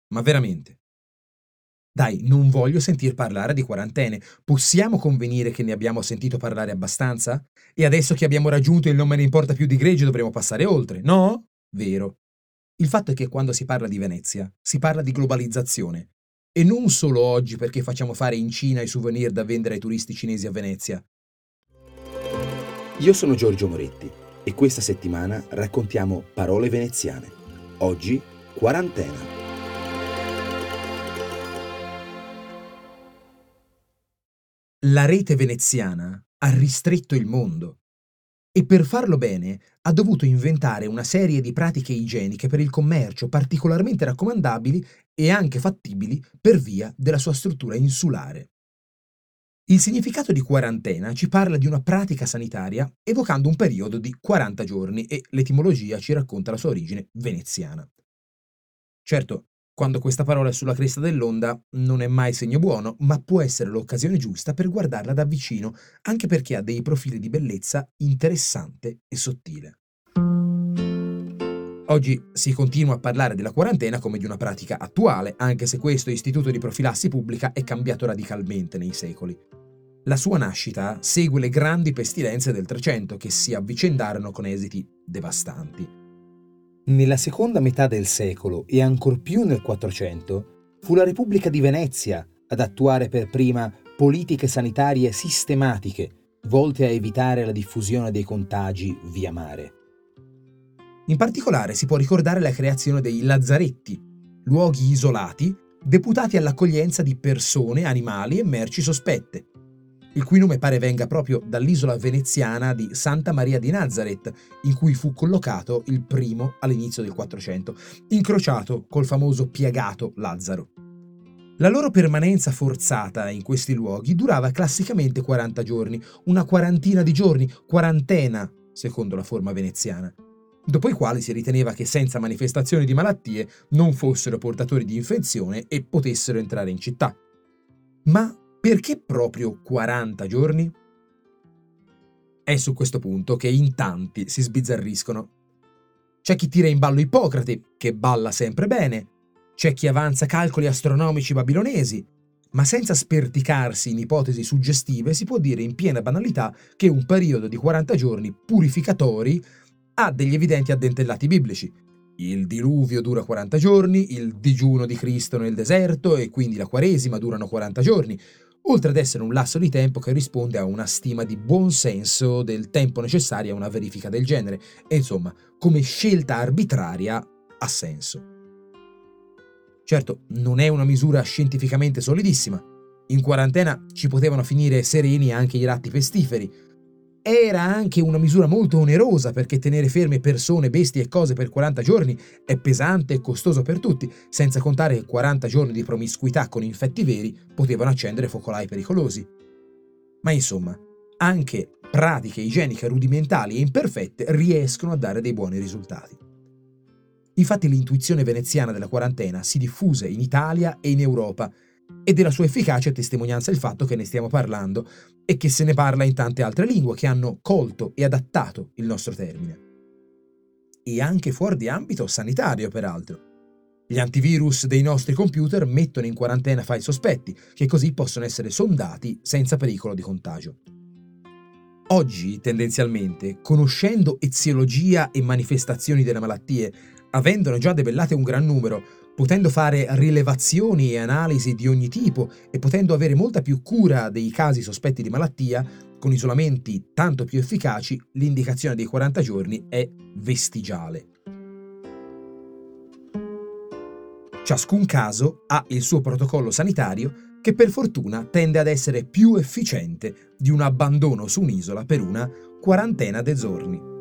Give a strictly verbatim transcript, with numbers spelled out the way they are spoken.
Ma veramente. Dai, non voglio sentir parlare di quarantene. Possiamo convenire che ne abbiamo sentito parlare abbastanza? E adesso che abbiamo raggiunto il non me ne importa più di Greggio dovremo passare oltre, no? Vero. Il fatto è che quando si parla di Venezia, si parla di globalizzazione. E non solo oggi perché facciamo fare in Cina i souvenir da vendere ai turisti cinesi a Venezia. Io sono Giorgio Moretti e questa settimana raccontiamo parole veneziane. Oggi, quarantena. La rete veneziana ha ristretto il mondo e per farlo bene ha dovuto inventare una serie di pratiche igieniche per il commercio particolarmente raccomandabili e anche fattibili per via della sua struttura insulare. Il significato di quarantena ci parla di una pratica sanitaria evocando un periodo di quaranta giorni e l'etimologia ci racconta la sua origine veneziana. Certo, quando questa parola è sulla cresta dell'onda non è mai segno buono, ma può essere l'occasione giusta per guardarla da vicino, anche perché ha dei profili di bellezza interessante e sottile. Oggi si continua a parlare della quarantena come di una pratica attuale, anche se questo istituto di profilassi pubblica è cambiato radicalmente nei secoli. La sua nascita segue le grandi pestilenze del Trecento che si avvicendarono con esiti devastanti. Nella seconda metà del secolo e ancor più nel Quattrocento fu la Repubblica di Venezia ad attuare per prima politiche sanitarie sistematiche volte a evitare la diffusione dei contagi via mare. In particolare si può ricordare la creazione dei lazzaretti, luoghi isolati deputati all'accoglienza di persone, animali e merci sospette, il cui nome pare venga proprio dall'isola veneziana di Santa Maria di Nazareth, in cui fu collocato il primo all'inizio del Quattrocento, incrociato col famoso piegato Lazzaro. La loro permanenza forzata in questi luoghi durava classicamente quaranta giorni, una quarantina di giorni, quarantena, secondo la forma veneziana, dopo i quali si riteneva che senza manifestazioni di malattie non fossero portatori di infezione e potessero entrare in città. Ma perché proprio quaranta giorni? È su questo punto che in tanti si sbizzarriscono. C'è chi tira in ballo Ippocrate, che balla sempre bene, c'è chi avanza calcoli astronomici babilonesi, ma senza sperticarsi in ipotesi suggestive si può dire in piena banalità che un periodo di quaranta giorni purificatori ha degli evidenti addentellati biblici. Il diluvio dura quaranta giorni, il digiuno di Cristo nel deserto e quindi la Quaresima durano quaranta giorni, oltre ad essere un lasso di tempo che risponde a una stima di buon senso del tempo necessario a una verifica del genere, e insomma, come scelta arbitraria ha senso. Certo, non è una misura scientificamente solidissima. In quarantena ci potevano finire sereni anche i ratti pestiferi. Era anche una misura molto onerosa perché tenere ferme persone, bestie e cose per quaranta giorni è pesante e costoso per tutti, senza contare che quaranta giorni di promiscuità con infetti veri potevano accendere focolai pericolosi. Ma insomma, anche pratiche igieniche rudimentali e imperfette riescono a dare dei buoni risultati. Infatti l'intuizione veneziana della quarantena si diffuse in Italia e in Europa, e della sua efficacia è testimonianza il fatto che ne stiamo parlando e che se ne parla in tante altre lingue che hanno colto e adattato il nostro termine. E anche fuori di ambito sanitario, peraltro. Gli antivirus dei nostri computer mettono in quarantena file sospetti, che così possono essere sondati senza pericolo di contagio. Oggi, tendenzialmente, conoscendo eziologia e manifestazioni delle malattie, avendone già debellate un gran numero, potendo fare rilevazioni e analisi di ogni tipo e potendo avere molta più cura dei casi sospetti di malattia, con isolamenti tanto più efficaci, l'indicazione dei quaranta giorni è vestigiale. Ciascun caso ha il suo protocollo sanitario che per fortuna tende ad essere più efficiente di un abbandono su un'isola per una quarantena de giorni.